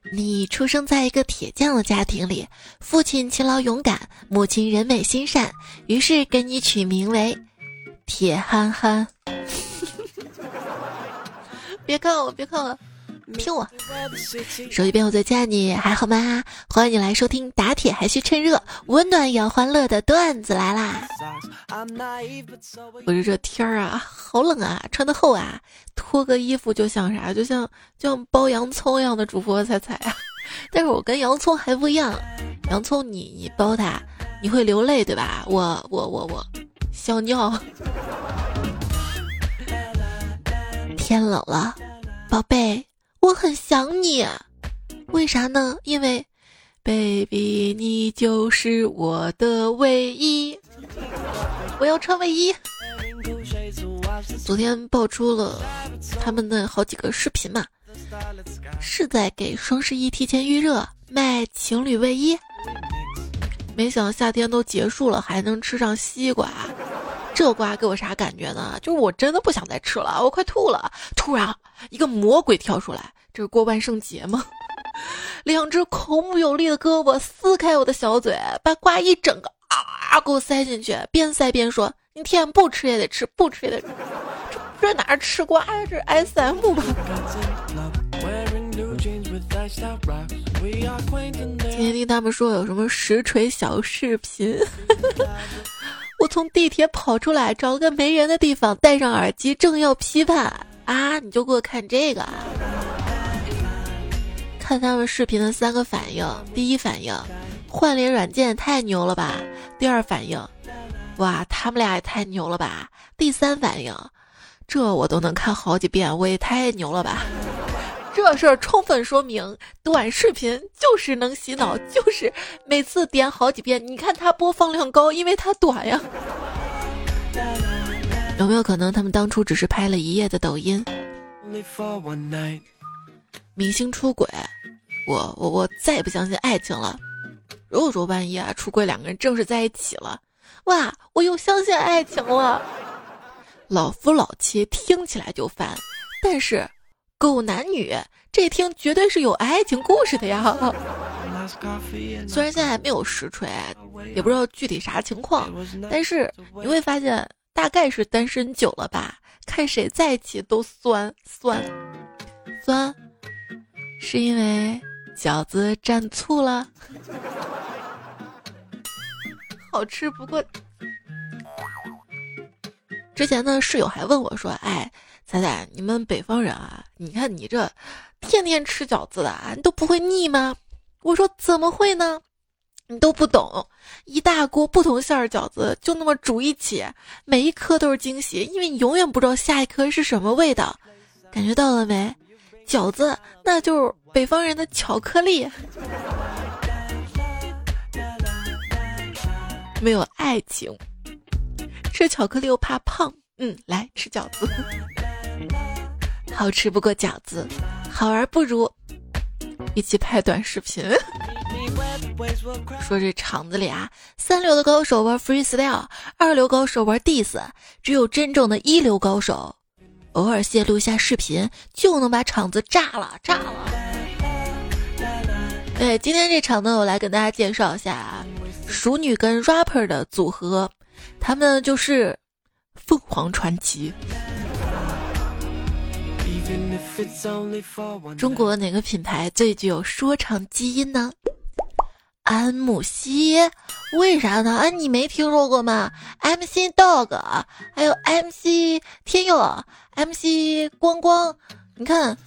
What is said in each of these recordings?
你出生在一个铁匠的家庭里，父亲勤劳勇敢，母亲人美心善，于是给你取名为铁憨憨。别看我，别看我，听我。手机边我最亲爱你还好吗？欢迎你来收听打铁还需趁热，温暖也要欢乐的段子来啦。我说这天儿啊好冷啊，穿得厚啊，脱个衣服就像啥，就像剥洋葱一样的主播彩彩啊。但是我跟洋葱还不一样，洋葱你剥它你会流泪对吧？我小尿。天冷了，宝贝，我很想你。为啥呢？因为 baby 你就是我的唯一，我要穿卫衣。昨天爆出了他们的好几个视频嘛，是在给双十一提前预热卖情侣卫衣。没想到夏天都结束了还能吃上西瓜，这瓜给我啥感觉呢？就是我真的不想再吃了，我快吐了。突然一个魔鬼跳出来，这是过万圣节吗？两只孔武有力的胳膊撕开我的小嘴，把瓜一整个给我塞进去，边塞边说：“你天不吃也得吃，不吃也得吃。”这哪是吃瓜呀？这是 SM 吧？今天听他们说有什么实锤小视频。我从地铁跑出来，找了个没人的地方，戴上耳机，正要批判啊，你就给我看这个啊！看他们视频的3个反应：第一反应，换脸软件太牛了吧；第二反应，哇，他们俩也太牛了吧；第三反应，这我都能看好几遍，我也太牛了吧。这事儿充分说明短视频就是能洗脑，就是每次点好几遍。你看它播放量高，因为它短呀。有没有可能他们当初只是拍了1夜的抖音？明星出轨，我再也不相信爱情了。如果说万一出轨2个人正式在一起了，哇，我又相信爱情了。老夫老妻听起来就烦，但是狗男女这听绝对是有爱情故事的呀。虽然现在还没有实锤，也不知道具体啥情况，但是你会发现大概是单身久了吧，看谁在一起都酸，是因为饺子蘸醋了。好吃不过。之前呢，室友还问我说：“哎，彩彩，你们北方人啊，你看你这天天吃饺子的，你都不会腻吗？”我说：“怎么会呢？你都不懂，一大锅不同馅儿饺子就那么煮一起，每一颗都是惊喜，因为你永远不知道下一颗是什么味道。感觉到了没？饺子那就是北方人的巧克力。”没有爱情，吃巧克力又怕胖，来吃饺子。好吃不过饺子，好玩不如一起拍短视频。说这场子里啊，3流的高手玩 freestyle，2流高手玩 diss， 只有真正的1流高手偶尔泄露一下视频就能把场子炸了。对，今天这场呢，我来跟大家介绍一下熟女跟 rapper 的组合，他们就是凤凰传奇。中国哪个品牌最具有说唱基因呢？安慕希。为啥呢？你没听说过吗？ MC Dog， 还有 MC 天佑， MC 光光，你看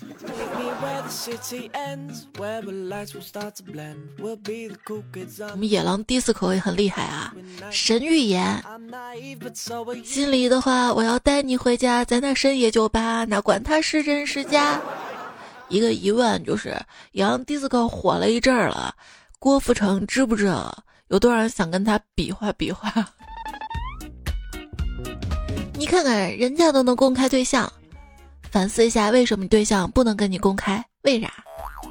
我们野狼 disco 也很厉害啊，神预言。心里的话，我要带你回家，在那深夜酒吧，哪管他是真是假。一个疑问就是，野狼 disco 火了一阵儿了，郭富城知不知道有多少人想跟他比划比划？你看看人家都能公开对象，反思一下为什么对象不能跟你公开？为啥？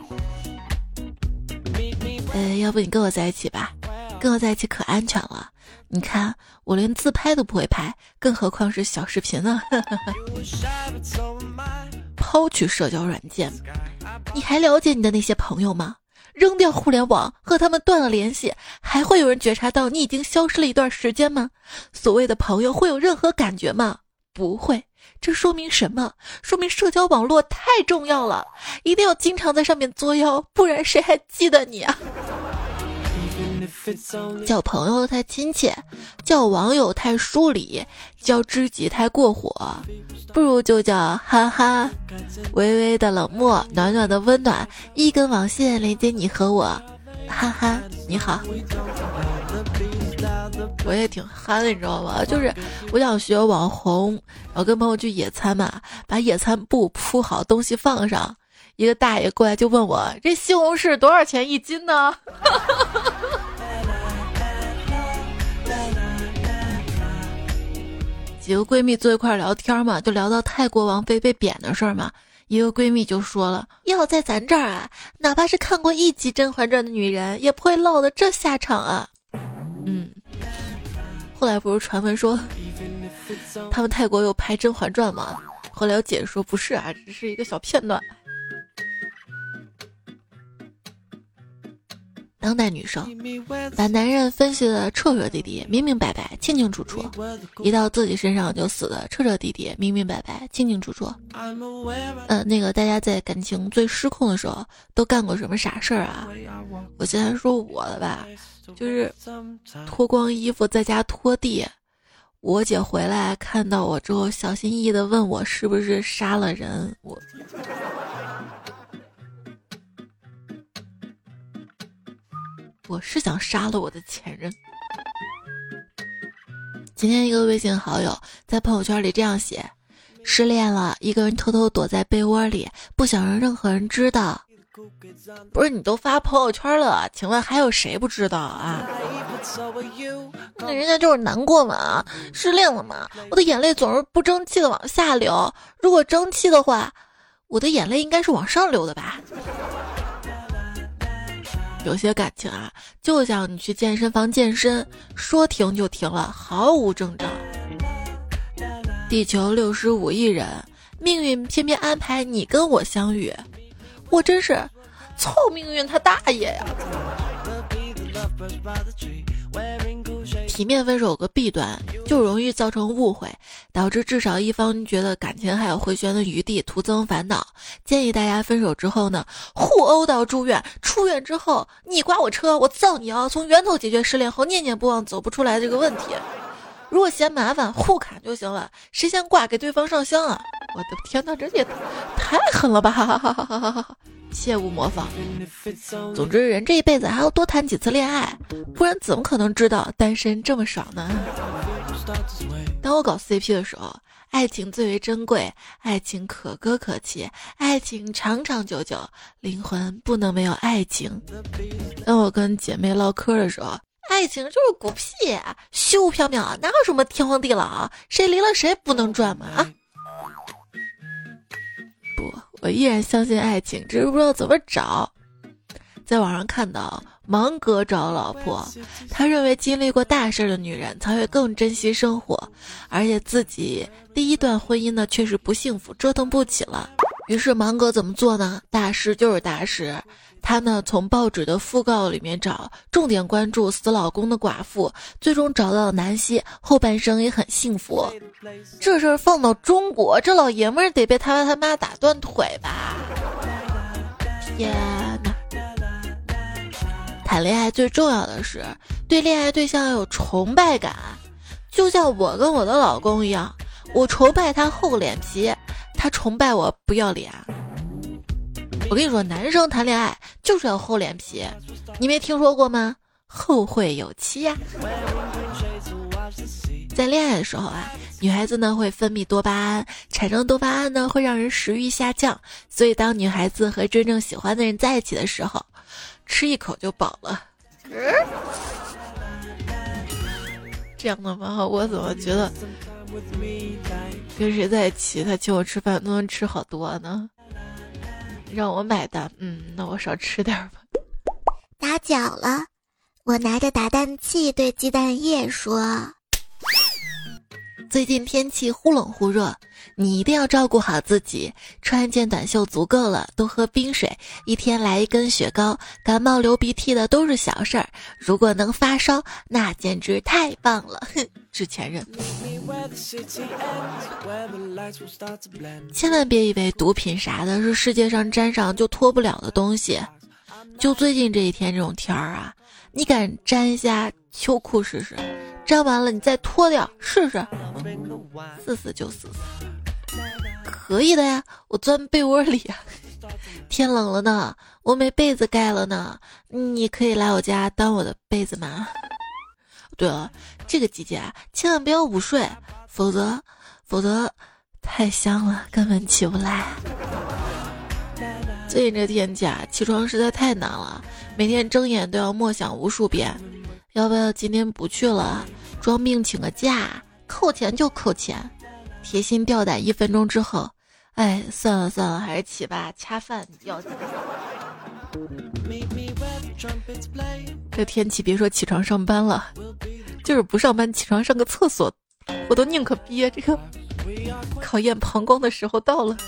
要不你跟我在一起吧，跟我在一起可安全了。你看我连自拍都不会拍，更何况是小视频呢？抛去社交软件， 你还了解你的那些朋友吗？扔掉互联网，和他们断了联系，还会有人觉察到你已经消失了一段时间吗？所谓的朋友会有任何感觉吗？不会。这说明什么？说明社交网络太重要了，一定要经常在上面作妖，不然谁还记得你啊？叫朋友太亲切，叫网友太疏离，叫知己太过火，不如就叫哈哈。微微的冷漠，暖暖的温暖，一根网线连接你和我，哈哈，你好。我也挺憨的，你知道吗？就是我想学网红，然后跟朋友去野餐嘛，把野餐布铺好，东西放上，一个大爷过来就问我，这西红柿多少钱一斤呢？几个闺蜜坐一块聊天嘛，就聊到泰国王妃被贬的事儿嘛。一个闺蜜就说了，要在咱这儿啊，哪怕是看过1集《甄嬛传》的女人，也不会落得这下场啊。后来不是传闻说他们泰国有拍《甄嬛传》吗？后来有解释说不是啊，只是一个小片段。当代女生把男人分析的彻彻底底、明明白白、清清楚楚，一到自己身上就死的彻彻底底、明明白白、清清楚楚。那个大家在感情最失控的时候都干过什么傻事儿啊？我现在说我的吧，就是脱光衣服在家拖地。我姐回来看到我之后，小心翼翼地问我是不是杀了人。我是想杀了我的前任。今天一个微信好友在朋友圈里这样写：失恋了，一个人偷偷躲在被窝里，不想让任何人知道。不是你都发朋友圈了，请问还有谁不知道啊？那人家就是难过嘛，失恋了嘛，我的眼泪总是不争气的往下流，如果争气的话，我的眼泪应该是往上流的吧。有些感情啊，就像你去健身房健身，说停就停了，毫无征兆。地球65亿人，命运偏偏安排你跟我相遇，我真是凑命运他大爷呀！体面分手有个弊端，就容易造成误会，导致至少一方觉得感情还有回旋的余地，徒增烦恼。建议大家分手之后呢，互殴到住院，出院之后你刮我车，我造你谣，从源头解决失恋后念念不忘走不出来这个问题。如果嫌麻烦，互砍就行了，谁先挂给对方上香啊！我的天哪，这也太狠了吧！哈哈哈哈哈哈！切勿模仿。总之，人这一辈子还要多谈几次恋爱，不然怎么可能知道单身这么爽呢？当我搞 CP 的时候，爱情最为珍贵，爱情可歌可泣，爱情长长久久，灵魂不能没有爱情。当我跟姐妹唠嗑的时候，爱情就是狗屁，虚无缥缈，哪有什么天荒地老，谁离了谁不能转嘛啊！不，我依然相信爱情，只是不知道怎么找。在网上看到芒格找老婆，他认为经历过大事的女人才会更珍惜生活，而且自己第一段婚姻呢确实不幸福，折腾不起了。于是芒格怎么做呢？大事就是大事，他呢从报纸的讣告里面找，重点关注死老公的寡妇，最终找到了南希，后半生也很幸福。这事儿放到中国，这老爷们儿得被他妈打断腿吧！天哪！谈恋爱最重要的是对恋爱对象要有崇拜感，就像我跟我的老公一样，我崇拜他厚脸皮，他崇拜我不要脸。我跟你说，男生谈恋爱就是要厚脸皮，你没听说过吗？后会有期呀。在恋爱的时候啊，女孩子呢会分泌多巴胺，产生多巴胺呢会让人食欲下降，所以当女孩子和真正喜欢的人在一起的时候，吃一口就饱了。这样的吗？我怎么觉得跟谁在一起他请我吃饭都能吃好多呢？让我买单，那我少吃点吧。 打搅了，我拿着打蛋器对鸡蛋液说： 最近天气忽冷忽热，你一定要照顾好自己，穿件短袖足够了，多喝冰水，一天来1根雪糕，感冒流鼻涕的都是小事儿，如果能发烧，那简直太棒了。致前任。千万别以为毒品啥的是世界上沾上就脱不了的东西，就最近这一天这种天儿啊，你敢沾一下秋裤试试，沾完了你再脱掉试试，死就死，可以的呀，我钻被窝里啊，天冷了呢，我没被子盖了呢，你可以来我家当我的被子吗？对了，这个季节啊，千万不要午睡，否则太香了，根本起不来。最近这天气啊，起床实在太难了，每天睁眼都要默想无数遍，要不要今天不去了，装病请个假，扣钱就扣钱，贴心吊胆1分钟之后，哎，算了，还是起吧，恰饭要紧。这天气别说起床上班了，就是不上班起床上个厕所，我都宁可憋。这个考验膀胱的时候到了。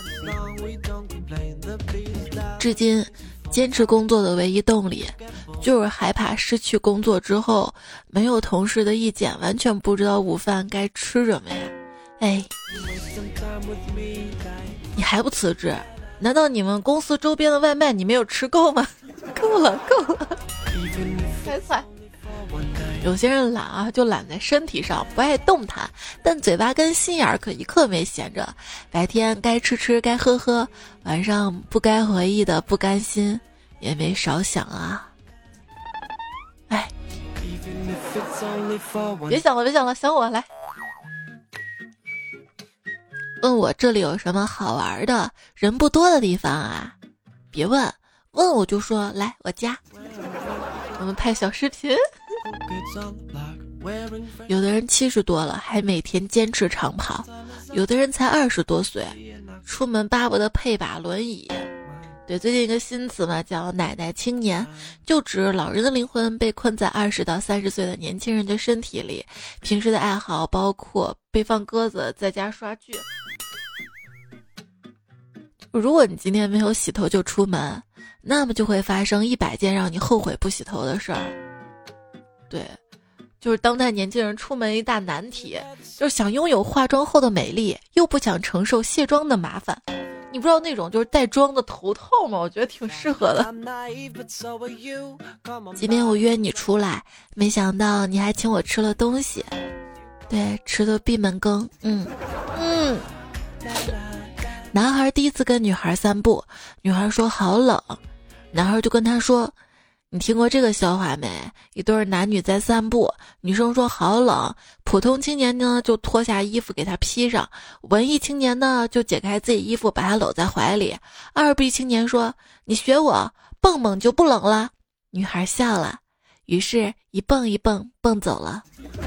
至今坚持工作的唯一动力，就是害怕失去工作之后没有同事的意见，完全不知道午饭该吃什么呀。哎，你还不辞职？难道你们公司周边的外卖你没有吃够吗？够了，太快。有些人懒啊，就懒在身体上，不爱动弹，但嘴巴跟心眼儿可一刻没闲着。白天该吃该喝，晚上不该回忆的不甘心也没少想啊。哎，别想了，想我来。问我这里有什么好玩的人不多的地方啊？别问我就说来我家，我们拍小视频。有的人70多了还每天坚持长跑，有的人才20多岁，出门巴不得配把轮椅。对，最近一个新词嘛，叫奶奶青年，就指老人的灵魂被困在20到30岁的年轻人的身体里，平时的爱好包括背放鸽子，在家刷剧。如果你今天没有洗头就出门，那么就会发生100件让你后悔不洗头的事儿。对，就是当代年轻人出门一大难题，就是想拥有化妆后的美丽，又不想承受卸妆的麻烦。你不知道那种就是带妆的头套吗？我觉得挺适合的。今天我约你出来，没想到你还请我吃了东西。对，吃的闭门羹。男孩第一次跟女孩散步，女孩说好冷，男孩就跟她说，你听过这个笑话没？一对男女在散步，女生说好冷，普通青年呢就脱下衣服给他披上，文艺青年呢就解开自己衣服把他搂在怀里。二逼青年说，你学我，蹦蹦就不冷了。女孩笑了，于是一蹦一蹦蹦走了。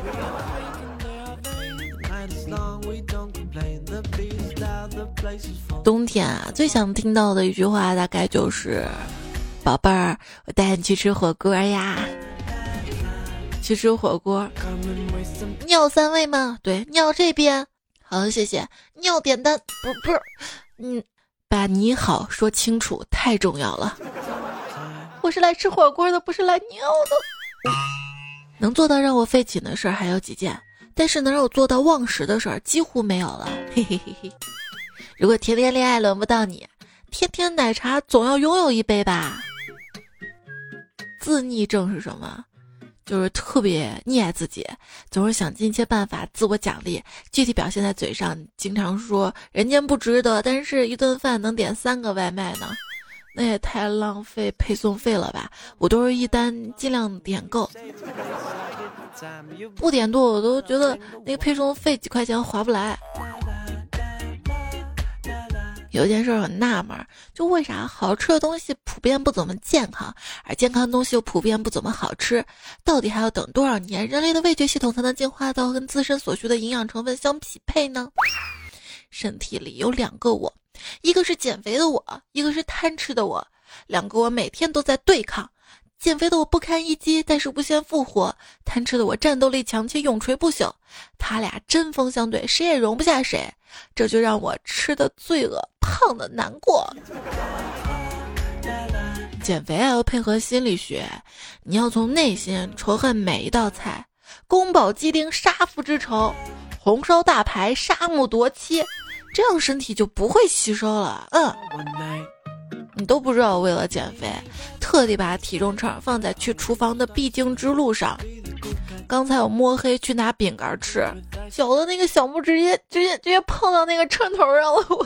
冬天啊，最想听到的一句话大概就是，宝贝儿，我带你去吃火锅呀。去吃火锅，尿3位吗？对，尿这边。好，谢谢。尿点单，不是，把你好说清楚太重要了。我是来吃火锅的，不是来尿的。能做到让我废寝的事儿还有几件，但是能让我做到忘食的事儿几乎没有了。嘿嘿嘿嘿。如果天天恋爱轮不到你，天天奶茶总要拥有一杯吧。自溺症是什么？就是特别溺爱自己，总是想尽一切办法自我奖励，具体表现在嘴上，经常说人间不值得，但是一顿饭能点3个外卖呢，那也太浪费配送费了吧。我都是一单尽量点够，不点多我都觉得那个配送费几块钱划不来。有一件事很纳闷，就为啥好吃的东西普遍不怎么健康，而健康的东西又普遍不怎么好吃？到底还要等多少年，人类的味觉系统才能进化到跟自身所需的营养成分相匹配呢？身体里有2个我，一个是减肥的我，一个是贪吃的我，2个我每天都在对抗， 减肥的我不堪一击，但是无限复活；贪吃的我战斗力强且永垂不朽。他俩针锋相对，谁也容不下谁，这就让我吃的罪恶，胖的难过。减肥要配合心理学，你要从内心仇恨每一道菜，宫保鸡丁杀父之仇，红烧大排杀母夺妻，这样身体就不会吸收了。你都不知道我为了减肥特地把体重秤放在去厨房的必经之路上。刚才我摸黑去拿饼干吃，小的那个小拇指直接碰到那个秤头上了，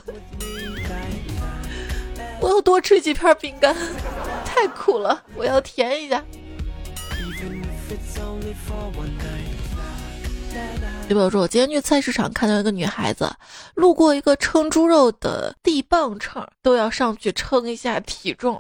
我要多吃几片饼干，太苦了，我要甜一下。对吧？我说我今天去菜市场看到一个女孩子，路过一个称猪肉的地磅秤，都要上去称一下体重。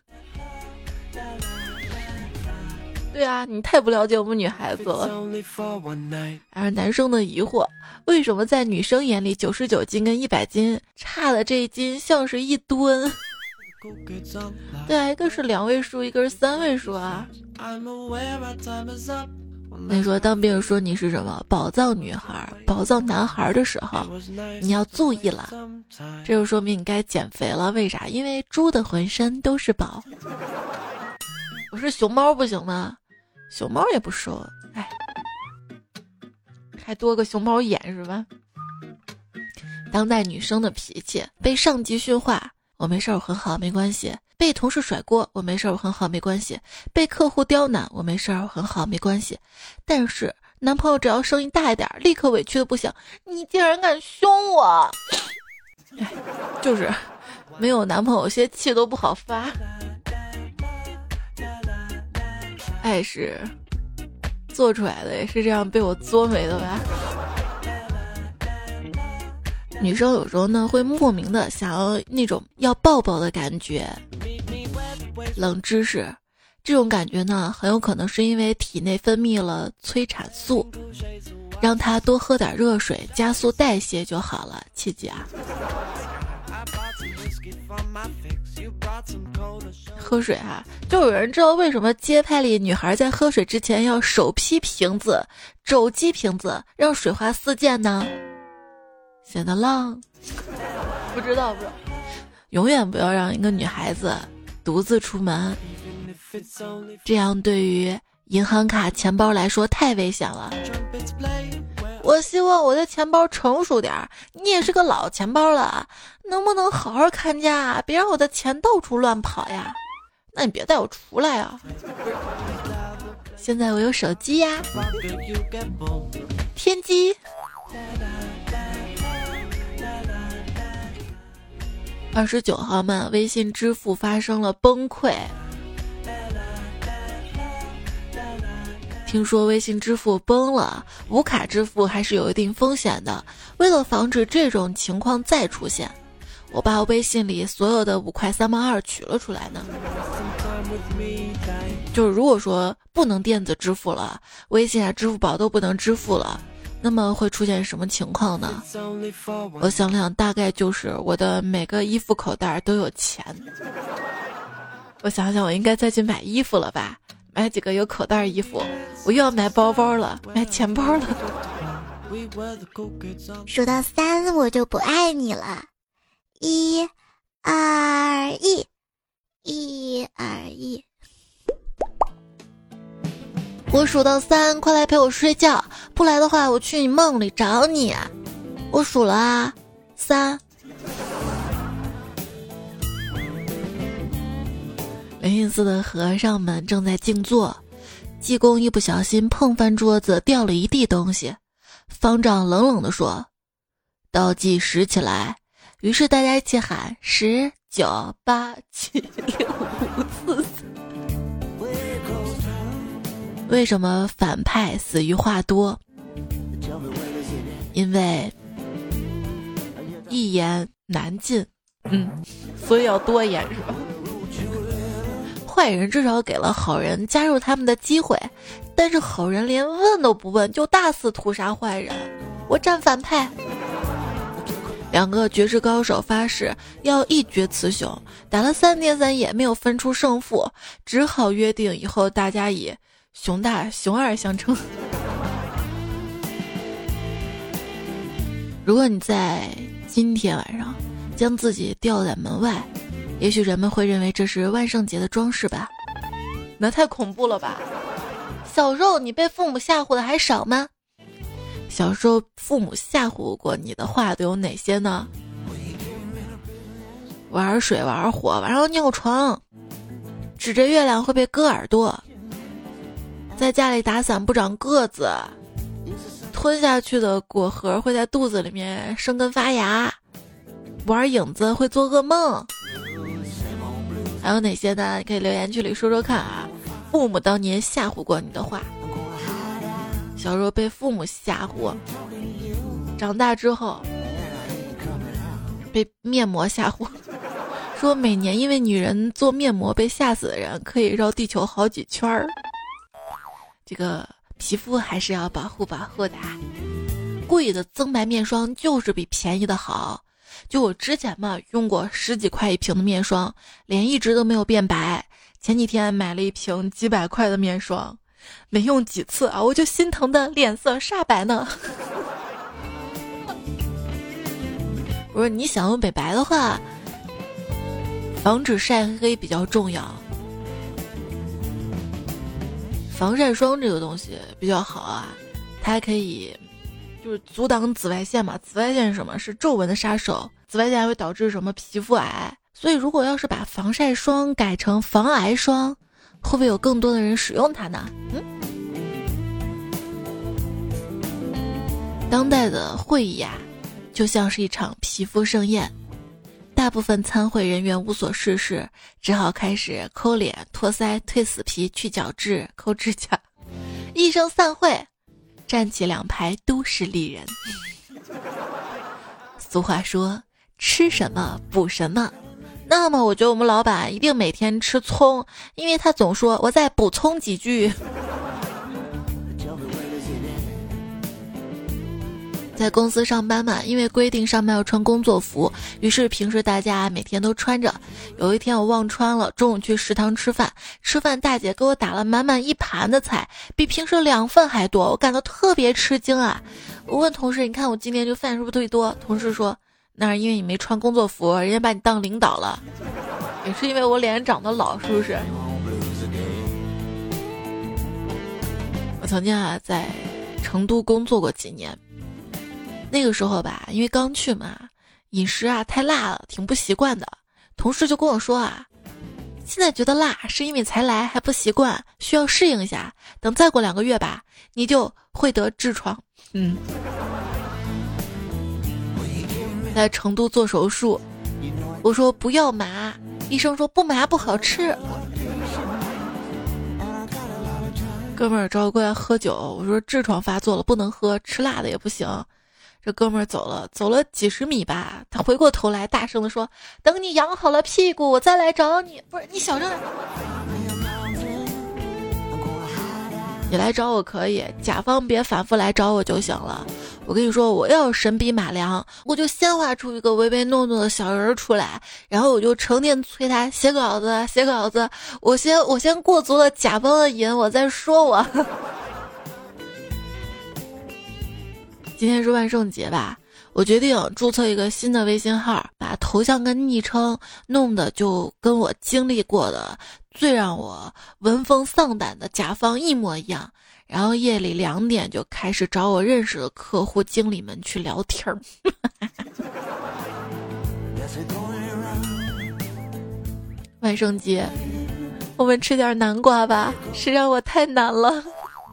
对啊，你太不了解我们女孩子了。而男生的疑惑，为什么在女生眼里99斤跟100斤差的这一斤像是1吨？对啊，一个是2位数，一个是3位数啊。你说当别人说你是什么宝藏女孩、宝藏男孩的时候，你要注意了，这就说明你该减肥了。为啥？因为猪的浑身都是宝。我是熊猫不行吗？熊猫也不瘦，哎，还多个熊猫眼是吧？当代女生的脾气，被上级训话，我没事我很好没关系；被同事甩锅，我没事我很好没关系；被客户刁难，我没事我很好没关系。但是男朋友只要声音大一点，立刻委屈的不行，你竟然敢凶我！哎，就是没有男朋友，些气都不好发。爱是做出来的，也是这样被我作没的吧。女生有时候呢会莫名的想要那种要抱抱的感觉。冷知识，这种感觉呢很有可能是因为体内分泌了催产素，让它多喝点热水，加速代谢就好了。切记啊！喝水哈，就有人知道为什么街拍里女孩在喝水之前要手劈瓶子、肘击瓶子，让水花四溅呢？显得浪。不知道。永远不要让一个女孩子独自出门，这样对于银行卡、钱包来说太危险了。我希望我的钱包成熟点儿，你也是个老钱包了，能不能好好看家，别让我的钱到处乱跑呀？那你别带我出来啊！现在我有手机呀，天机。29号嘛，微信支付发生了崩溃。听说微信支付崩了，无卡支付还是有一定风险的。为了防止这种情况再出现，我把微信里所有的5块3毛2取了出来呢。就是如果说不能电子支付了，微信啊、支付宝都不能支付了，那么会出现什么情况呢？我想想，大概就是我的每个衣服口袋都有钱。我想想，我应该再去买衣服了吧，买几个有口袋衣服。我又要买包包了，买钱包了。 数到3我就不爱你了。1、2、1，1、2、1。 我数到3，快来陪我睡觉，不来的话我去你梦里找你。我数了啊，3。灵隐寺的和尚们正在静坐，济公一不小心碰翻桌子，掉了一地东西。方丈冷冷地说：“倒计时起来。”于是大家一起喊：10、9、8、7、6、5、4、3。为什么反派死于话多？因为一言难尽，所以要多言是吧？坏人至少给了好人加入他们的机会，但是好人连问都不问就大肆屠杀坏人。我站反派。 2个绝世高手发誓要一决雌雄，打了3天3夜没有分出胜负，只好约定以后大家以熊大熊二相称。如果你在今天晚上将自己吊在门外，也许人们会认为这是万圣节的装饰吧。那太恐怖了吧。小时候你被父母吓唬的还少吗？小时候父母吓唬过你的话都有哪些呢？玩水玩火，晚上尿床，指着月亮会被割耳朵，在家里打伞不长个子，吞下去的果核会在肚子里面生根发芽，玩影子会做噩梦。还有哪些呢？你可以留言区里说说看啊。父母当年吓唬过你的话，小时候被父母吓唬，长大之后被面膜吓唬，说每年因为女人做面膜被吓死的人可以绕地球好几圈儿。这个皮肤还是要保护保护的。贵的增白面霜就是比便宜的好。就我之前嘛，用过10几块一瓶的面霜，脸一直都没有变白。前几天买了一瓶几百块的面霜，没用几次啊，我就心疼的脸色煞白呢。我说你想用美白的话，防止晒黑比较重要。防晒霜这个东西比较好啊，它还可以就是阻挡紫外线嘛。紫外线是什么？是皱纹的杀手。紫外线还会导致什么皮肤癌。所以如果要是把防晒霜改成防癌霜，会不会有更多的人使用它呢？当代的会议啊，就像是一场皮肤盛宴，大部分参会人员无所事事，只好开始抠脸、脱腮、褪死皮、去角质、抠指甲。一声散会，站起2排都是丽人。俗话说，吃什么补什么。那么我觉得我们老板一定每天吃葱，因为他总说我再补充几句。在公司上班嘛，因为规定上班要穿工作服，于是平时大家每天都穿着。有一天我忘穿了，中午去食堂吃饭大姐给我打了满满1盘的菜，比平时2份还多，我感到特别吃惊啊。我问同事，你看我今天这饭是不是忒多？同事说，那是因为你没穿工作服，人家把你当领导了。也是因为我脸长得老，是不是？我曾经啊在成都工作过几年，那个时候吧，因为刚去嘛，饮食啊太辣了，挺不习惯的。同事就跟我说啊，现在觉得辣是因为才来还不习惯，需要适应一下，等再过2个月吧，你就会得痔疮。在成都做手术，我说不要麻，医生说不麻不好吃。哥们儿找我过来喝酒，我说痔疮发作了不能喝，吃辣的也不行。这哥们儿走了几十米吧，他回过头来大声地说，等你养好了屁股我再来找你。不是你小声点，你来找我可以，甲方别反复来找我就行了。我跟你说，我要神笔马良，我就先画出一个唯唯诺诺的小人出来，然后我就成天催他写稿子。我先过足了甲方的瘾，我再说我。今天是万圣节吧，我决定注册一个新的微信号，把头像跟昵称弄得就跟我经历过的最让我闻风丧胆的甲方一模一样，然后夜里2点就开始找我认识的客户经理们去聊天儿。万圣节我们吃点南瓜吧，谁让我太难了。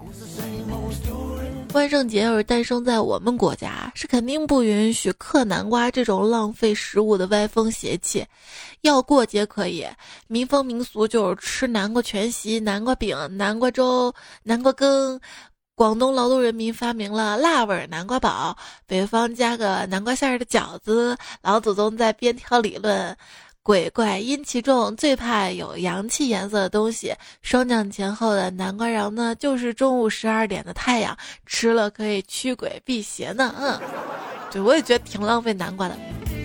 万圣节要是诞生在我们国家，是肯定不允许嗑南瓜这种浪费食物的歪风邪气。要过节可以，民风民俗就是吃南瓜全席、南瓜饼、南瓜粥、南瓜羹。广东劳动人民发明了辣味南瓜煲，北方加个南瓜馅的饺子。老祖宗在边挑理论，鬼怪阴气重，最怕有阳气颜色的东西。霜降前后的南瓜瓤呢，就是中午12点的太阳，吃了可以驱鬼辟邪呢。 对，我也觉得挺浪费南瓜的。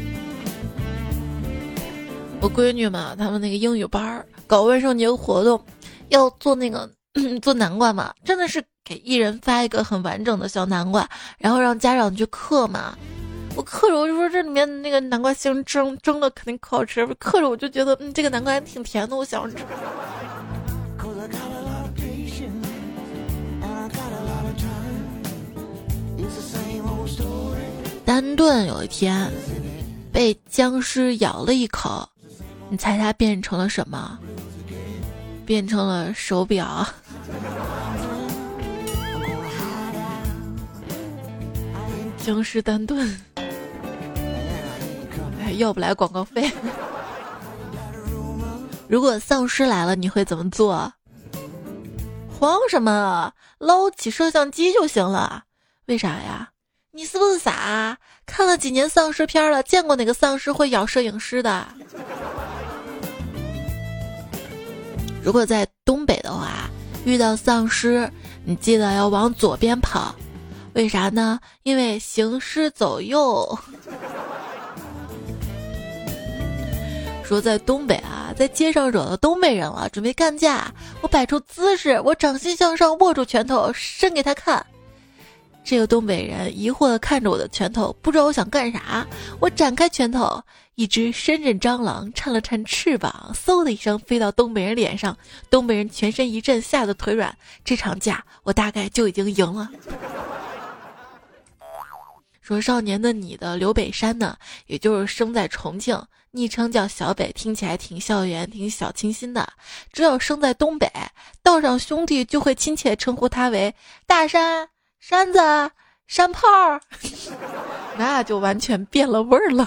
我闺女嘛，他们那个英语班搞万圣节活动，要做那个做南瓜嘛，真的是给一人发一个很完整的小南瓜，然后让家长去嗑嘛。我嗑着我就说这里面那个南瓜芯蒸了肯定可好吃，嗑着我就觉得这个南瓜还挺甜的，我想吃。丹顿有一天被僵尸咬了一口，你猜它变成了什么？变成了手表。僵尸丹顿，要不来广告费。如果丧尸来了，你会怎么做？慌什么？捞起摄像机就行了。为啥呀？你是不是傻？看了几年丧尸片了，见过哪个丧尸会咬摄影师的？如果在东北的话，遇到丧尸，你记得要往左边跑。为啥呢？因为行尸走肉。说在东北啊，在街上惹到东北人了，准备干架，我摆出姿势，我掌心向上握住拳头，伸给他看。这个东北人疑惑地看着我的拳头，不知道我想干啥。我展开拳头，一只深圳蟑螂颤了颤翅膀，嗖的一声飞到东北人脸上，东北人全身一震，吓得腿软。这场架我大概就已经赢了。说少年的你的刘北山呢，也就是生在重庆，昵称叫小北，听起来挺校园挺小清新的。只有生在东北，道上兄弟就会亲切称呼他为大山、山子、山炮儿，那就完全变了味儿了。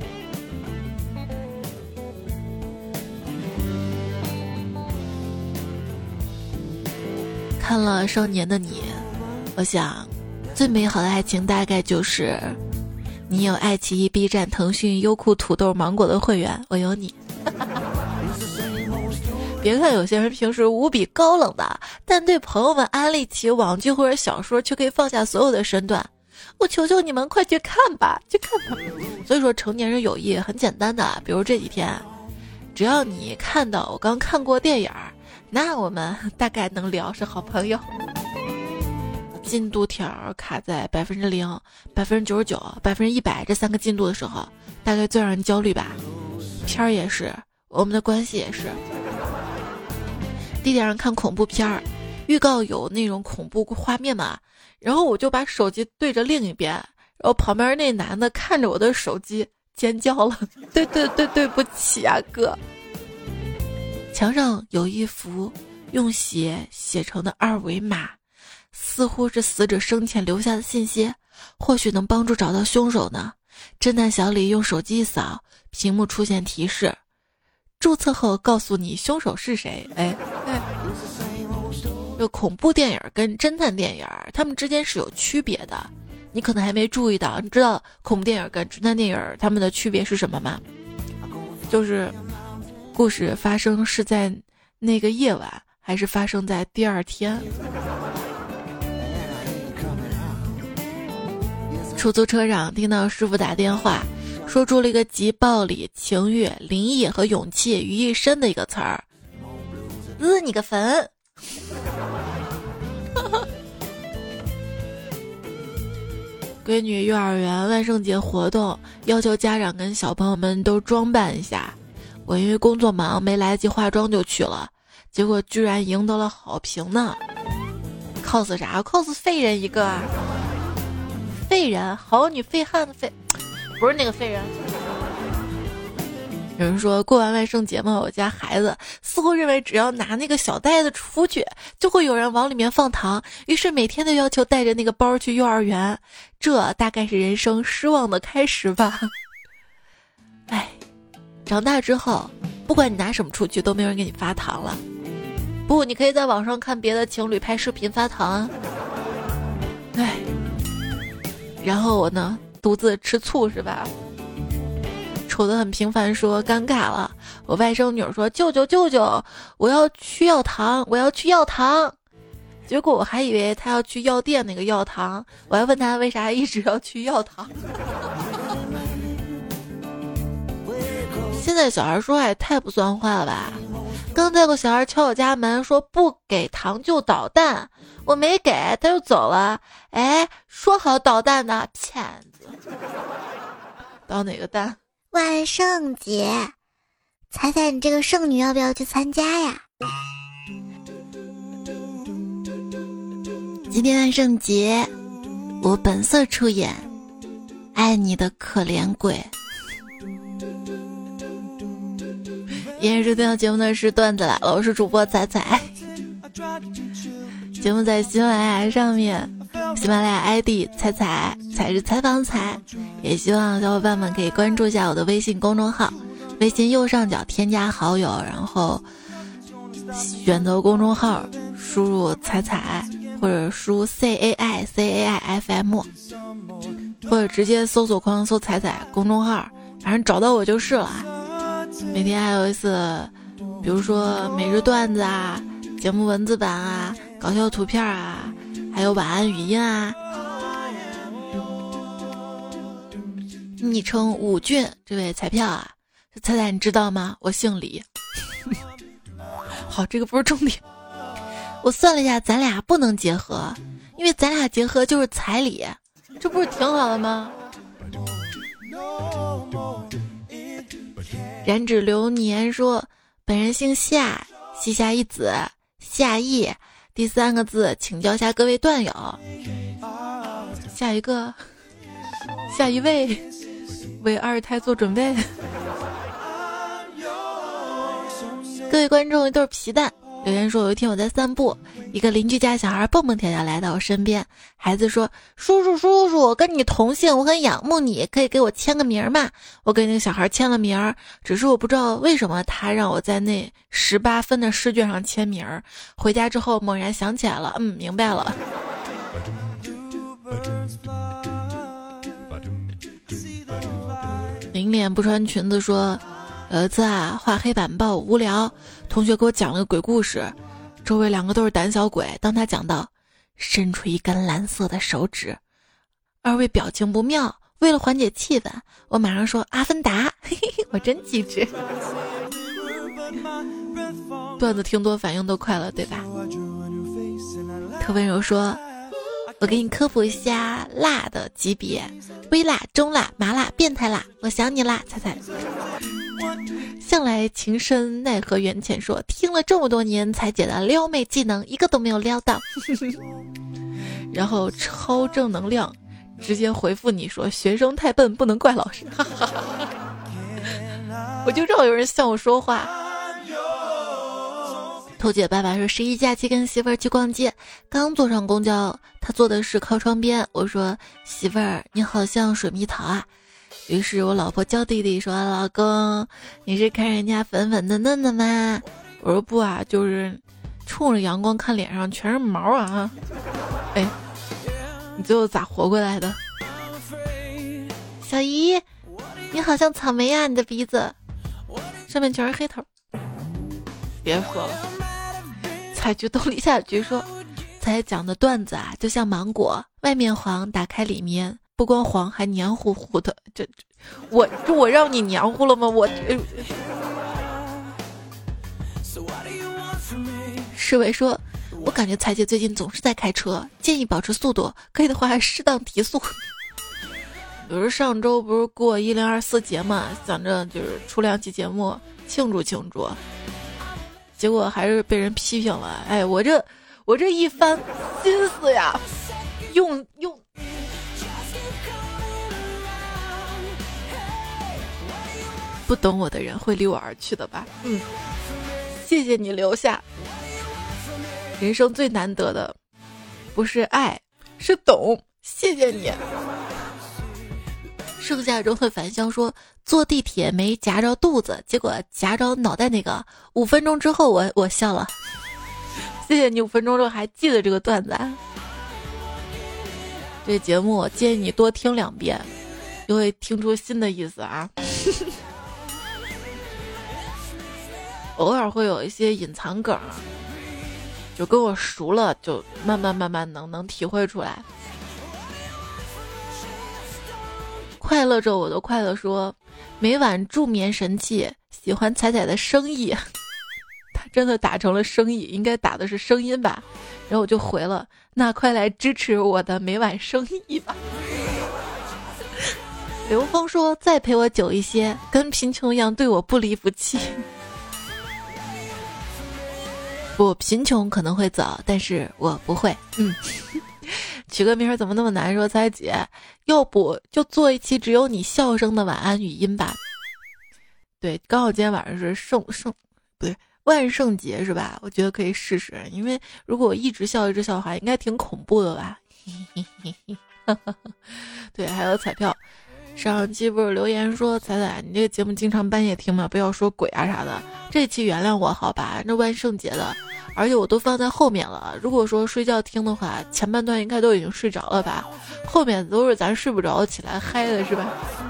看了少年的你，我想最美好的爱情大概就是你有爱奇艺、B 站、腾讯、优酷、土豆、芒果的会员，我有你。别看有些人平时无比高冷的，但对朋友们安利起网剧或者小说却可以放下所有的身段。我求求你们快去看吧，去看吧。所以说成年人友谊很简单的，比如这几天，只要你看到我刚看过电影，那我们大概能聊是好朋友。进度条卡在0%、99%、100%这3个进度的时候，大概最让人焦虑吧。片儿也是，我们的关系也是。地铁上看恐怖片儿，预告有那种恐怖画面嘛，然后我就把手机对着另一边，然后旁边那男的看着我的手机尖叫了，对不起啊哥。墙上有一幅用血写成的2维码，似乎是死者生前留下的信息，或许能帮助找到凶手呢。侦探小李用手机一扫，屏幕出现提示，注册后告诉你凶手是谁。这恐怖电影跟侦探电影它们之间是有区别的，你可能还没注意到。你知道恐怖电影跟侦探电影它们的区别是什么吗？就是故事发生是在那个夜晚，还是发生在第二天。出租车上听到师傅打电话，说出了一个集暴力、情欲、灵异和勇气于一身的一个词儿。你个坟！闺女幼儿园万圣节活动，要求家长跟小朋友们都装扮一下。我因为工作忙没来得及化妆就去了，结果居然赢得了好评呢。cos 啥 ？cos 废人一个啊！废人，好女废汉的废，不是那个废人。有人说过完万圣节嘛，我家孩子似乎认为只要拿那个小袋子出去，就会有人往里面放糖，于是每天都要求带着那个包去幼儿园。这大概是人生失望的开始吧。哎，长大之后，不管你拿什么出去，都没有人给你发糖了。不，你可以在网上看别的情侣拍视频发糖啊。哎，然后我呢，独自吃醋是吧？瞅得很平凡，说尴尬了。我外甥女说：“舅舅，我要去要糖，我要去要糖。” 结果我还以为他要去药店那个药糖，我还问他为啥一直要去药糖。现在小孩说话也太不算话了吧。刚才有个小孩敲我家门说不给糖就捣蛋，我没给他就走了。哎，说好捣蛋的，骗子。捣哪个蛋？ 万圣节，猜猜你这个圣女要不要去参加呀？今天万圣节，我本色出演爱你的可怜鬼。今天收听到节目的是段子来了，我是主播彩彩。节目在喜马拉雅上面，喜马拉雅 ID 彩彩，彩是采访彩。也希望小伙伴们可以关注一下我的微信公众号，微信右上角添加好友，然后选择公众号，输入彩彩或者输 CAIFM， 或者直接搜索框搜彩彩公众号，反正找到我就是了。每天还有一次，比如说每日段子啊，节目文字版啊，搞笑图片啊，还有晚安语音啊。昵称武俊这位彩票啊，彩彩你知道吗？我姓李。好，这个不是重点。我算了一下，咱俩不能结合，因为咱俩结合就是彩礼，这不是挺好的吗？染指流年说，本人姓夏，膝下一子，夏意。第3个字，请教下各位段友。下一个，下一位，为2胎做准备。各位观众，一对皮蛋留言说，有一天我在散步，一个邻居家小孩蹦蹦跳跳来到我身边，孩子说，叔叔，我跟你同姓，我很仰慕你，可以给我签个名吗？我给那个小孩签了名，只是我不知道为什么他让我在那18分的试卷上签名。回家之后猛然想起来了，明白了。零脸不穿裙子说，有一次啊，画黑板报无聊，同学给我讲了个鬼故事，周围2个都是胆小鬼。当他讲到伸出一根蓝色的手指，2位表情不妙，为了缓解气氛，我马上说阿凡达。嘿嘿，我真机智。段子听多反应都快了，对吧？特温柔说，我给你科普一下辣的级别，微辣、中辣、麻辣、变态辣，我想你啦，彩彩。向来情深奈何缘浅说，听了这么多年才解的撩妹技能一个都没有撩到。然后超正能量直接回复你说，学生太笨不能怪老师。我就知道有人向我说话。偷姐爸爸说，11假期跟媳妇儿去逛街，刚坐上公交，他坐的是靠窗边，我说媳妇儿你好像水蜜桃啊。于是我老婆娇弟弟说，老公你是看人家粉粉嫩嫩的吗？我说不啊，就是冲着阳光看脸上全是毛啊。哎，你最后咋活过来的？小姨你好像草莓啊，你的鼻子上面全是黑头。别说了，采菊东篱下菊说，才讲的段子啊，就像芒果，外面黄，打开里面不光黄还黏糊糊的。我让你黏糊了吗？世伟说，我感觉彩姐最近总是在开车，建议保持速度，可以的话适当提速。比如上周不是过1024节嘛，想着就是出2期节目庆祝庆祝，结果还是被人批评了。哎，我这一番心思呀，用不懂我的人会离我而去的吧。谢谢你留下。人生最难得的不是爱，是懂。谢谢你。盛夏中的返乡说，坐地铁没夹着肚子，结果夹着脑袋那个，5分钟之后我笑了。谢谢你5分钟之后还记得这个段子啊。这节目我建议你多听2遍，就会听出新的意思啊。偶尔会有一些隐藏梗， 就跟我熟了，就慢慢能体会出来。快乐着我的快乐说，每晚助眠神器，喜欢彩彩的声音。他真的打成了生意，应该打的是声音吧。然后我就回了，那快来支持我的每晚生意吧。刘峰说，再陪我久一些，跟贫穷一样对我不离不弃。不，贫穷可能会走，但是我不会。取个名儿怎么那么难说？彩姐，要不就做一期只有你笑声的晚安语音吧？对，刚好今天晚上是万圣节是吧？我觉得可以试试，因为如果我一直笑的话，应该挺恐怖的吧？对，还有彩票。上期不是留言说，彩彩，你这个节目经常半夜听吗？不要说鬼啊啥的。这期原谅我好吧？那万圣节的，而且我都放在后面了。如果说睡觉听的话，前半段应该都已经睡着了吧？后面都是咱睡不着起来嗨的是吧？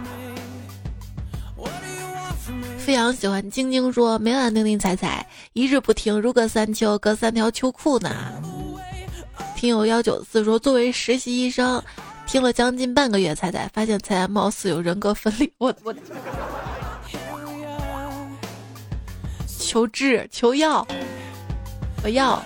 飞扬喜欢晶晶说，每晚听听彩彩，一日不听如隔三秋，隔3条秋裤呢。听友194说，作为实习医生，听了将近半个月，彩彩发现彩彩貌似有人格分裂。我求治求药，我要。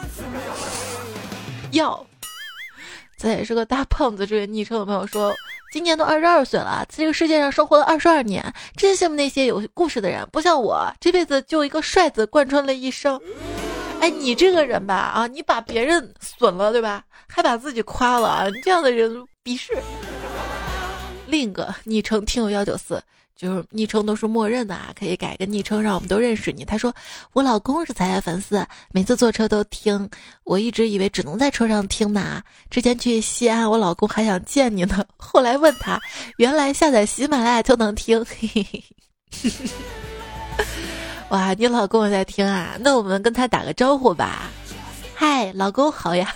彩彩是个大胖子，这位昵称的朋友说，今年都22岁了，在这个世界上生活了22年，真羡慕那些有故事的人，不像我这辈子就一个帅字贯穿了一生。哎，你这个人吧，啊，你把别人损了，对吧？还把自己夸了，你这样的人鄙视。另一个昵称听友194，就是昵称都是默认的啊，可以改个昵称让我们都认识你。他说，我老公是彩彩粉丝，每次坐车都听，我一直以为只能在车上听呢。之前去西安，我老公还想见你呢，后来问他，原来下载喜马拉雅就能听。哇，你老公在听啊？那我们跟他打个招呼吧。嗨，老公好呀。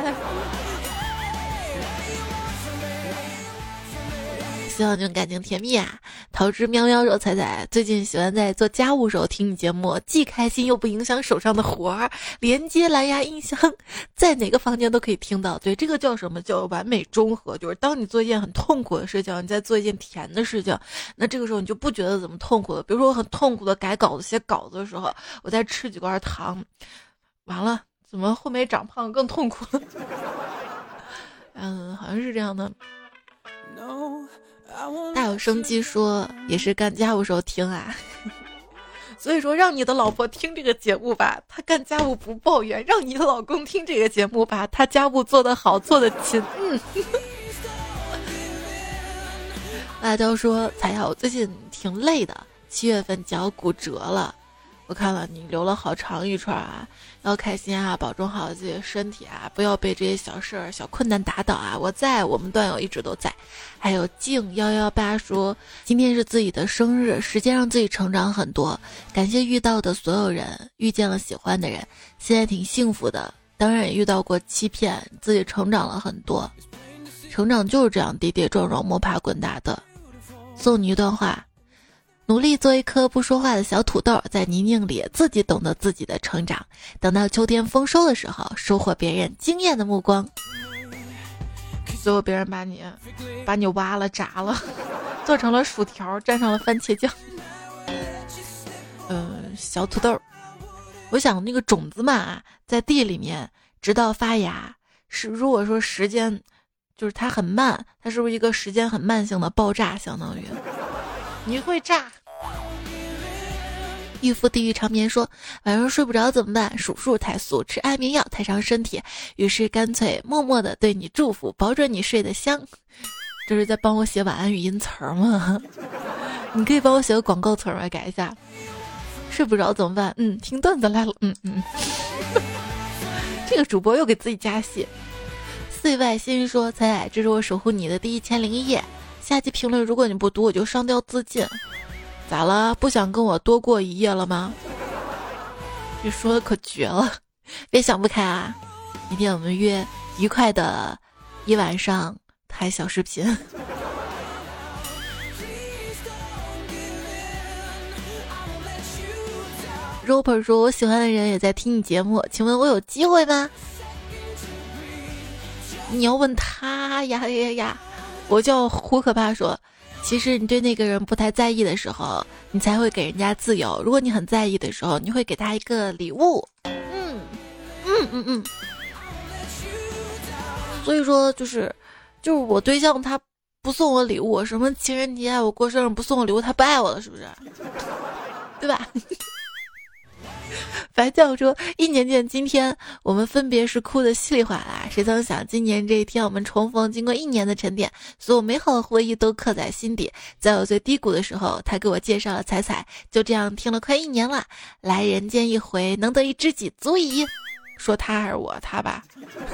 希望你们感情甜蜜啊！桃之喵喵说，彩彩最近喜欢在做家务时候听你节目，既开心又不影响手上的活儿，连接蓝牙音箱，在哪个房间都可以听到。对，这个叫什么？叫完美中和。就是当你做一件很痛苦的事情，你在做一件甜的事情，那这个时候你就不觉得怎么痛苦了。比如说我很痛苦的改稿子、写稿子的时候，我在吃几罐糖，完了，怎么后面长胖更痛苦了？好像是这样的。大有生机说，也是干家务时候听啊。所以说，让你的老婆听这个节目吧，她干家务不抱怨；让你的老公听这个节目吧，他家务做得好，做得勤。辣椒说，彩瑶，我最近挺累的，7月份脚骨折了。我看了你留了好长一串啊，要开心啊，保重好自己的身体啊，不要被这些小事儿、小困难打倒啊！我在，我们段友一直都在。还有静118说，今天是自己的生日，时间让自己成长很多，感谢遇到的所有人，遇见了喜欢的人，现在挺幸福的。当然也遇到过欺骗，自己成长了很多。成长就是这样跌跌撞撞、摸爬滚打的。送你一段话。努力做一颗不说话的小土豆，在泥泞里自己懂得自己的成长，等到秋天丰收的时候，收获别人惊艳的目光。最后别人把你挖了炸了，做成了薯条，蘸上了番茄酱。小土豆，我想那个种子嘛，在地里面直到发芽，是如果说时间就是它很慢，它是不是一个时间很慢性的爆炸，相当于你会炸。御夫地狱长眠说，晚上睡不着怎么办？数数太素，吃安眠药太伤身体，于是干脆默默的对你祝福，保准你睡得香。这是在帮我写晚安语音词儿吗？你可以帮我写个广告词儿吗？改一下。睡不着怎么办？听段子来了。这个主播又给自己加戏。四外心说，彩彩，这是我守护你的第1001夜。下期评论如果你不读，我就上吊自尽。咋了？不想跟我多过一夜了吗？这说的可绝了，别想不开啊！明天我们约愉快的一晚上拍小视频。 Roper 说我喜欢的人也在听你节目，请问我有机会吗？你要问他呀，我叫胡可怕说，其实你对那个人不太在意的时候，你才会给人家自由，如果你很在意的时候，你会给他一个礼物。所以说就是我对象他不送我礼物，什么情人节我过生日不送我礼物，他不爱我了，是不是？对吧？白酱说1年见今天我们分别是哭得稀里哗啦，谁曾想今年这一天我们重逢，经过1年的沉淀，所有美好的回忆都刻在心底。在我最低谷的时候，他给我介绍了彩彩，就这样听了快1年了，来人间一回，能得一知己足矣。说他还是我？他吧。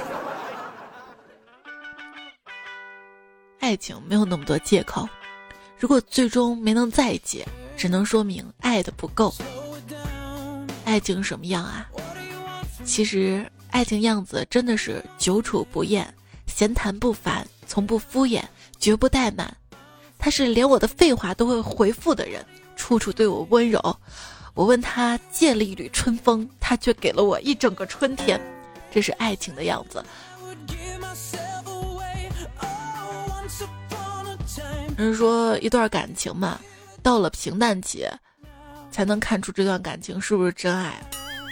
爱情没有那么多借口，如果最终没能在一起，只能说明爱的不够。爱情什么样啊？其实爱情样子真的是久处不厌，闲谈不烦，从不敷衍，绝不怠慢。他是连我的废话都会回复的人，处处对我温柔。我问他借了一缕春风，他却给了我一整个春天。这是爱情的样子。人说一段感情嘛，到了平淡期才能看出这段感情是不是真爱。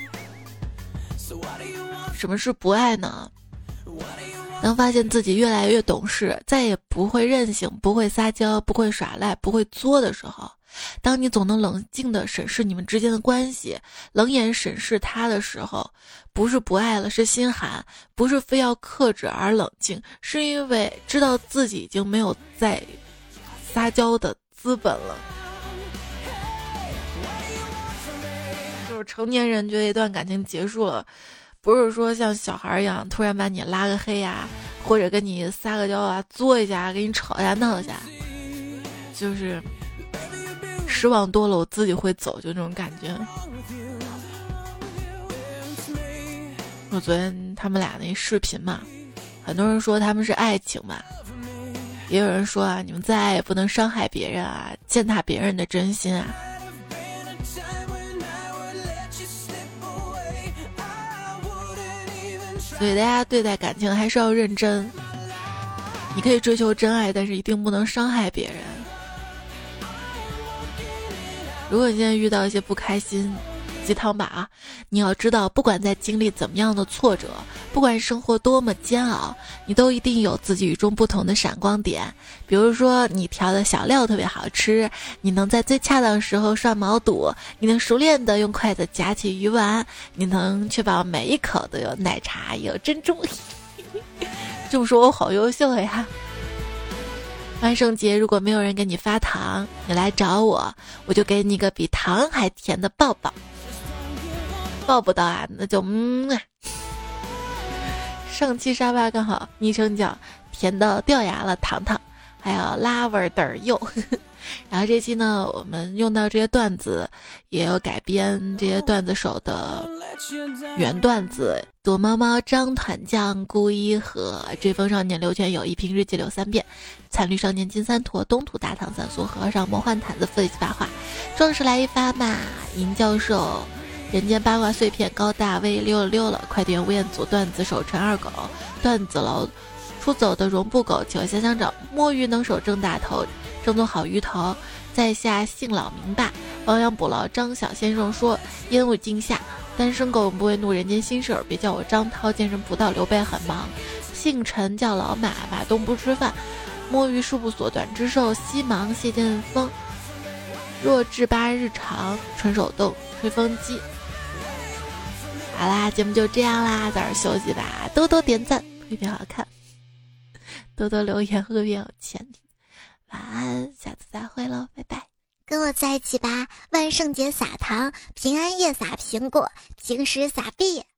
什么是不爱呢？当发现自己越来越懂事，再也不会任性，不会撒娇，不会耍赖，不会作的时候，当你总能冷静地审视你们之间的关系，冷眼审视他的时候，不是不爱了，是心寒，不是非要克制而冷静，是因为知道自己已经没有再撒娇的资本了。就是成年人觉得一段感情结束了，不是说像小孩一样突然把你拉个黑呀，或者跟你撒个娇啊，作一下，跟你吵一下闹一下，就是失望多了我自己会走，就这种感觉。我昨天他们俩那视频嘛，很多人说他们是爱情嘛，也有人说啊，你们再爱也不能伤害别人啊，践踏别人的真心啊。所以大家对待感情还是要认真。你可以追求真爱，但是一定不能伤害别人。如果你现在遇到一些不开心，鸡汤吧啊！你要知道，不管在经历怎么样的挫折，不管生活多么煎熬，你都一定有自己与众不同的闪光点。比如说，你调的小料特别好吃，你能在最恰当的时候涮毛肚，你能熟练的用筷子夹起鱼丸，你能确保每一口都有奶茶有珍珠。这么说我好优秀呀！万圣节如果没有人给你发糖，你来找我，我就给你个比糖还甜的抱抱。抱不到啊，那就上期沙发刚好昵称叫甜到掉牙了糖糖，还有拉味的柚。然后这期呢，我们用到这些段子，也有改编这些段子手的原段子。躲猫猫张团将孤一和追风少年刘全友一平日记柳3遍，惨绿少年金3坨东土大唐3苏和尚魔幻毯子负一发话，壮士来一发嘛，银教授人间八卦碎片高大威溜了，快点吴彦祖段子手陈二狗，段子楼出走的绒布狗企鹅香香掌，摸鱼能手郑大头，正宗好鱼头，在下姓老名霸，亡羊补牢张小先生说烟雾惊吓，单身狗不会怒人间心事儿，别叫我张涛，健身不到刘备很忙，姓陈叫老马，马东不吃饭，摸鱼事务所短之寿西忙谢剑锋，弱智8日常纯手动吹风机。好啦，节目就这样啦，早点休息吧，多多点赞会变好看，多多留言会变有钱。晚安，下次再会喽，拜拜。 跟我在一起吧，万圣节撒糖，平安夜撒苹果，平时撒币。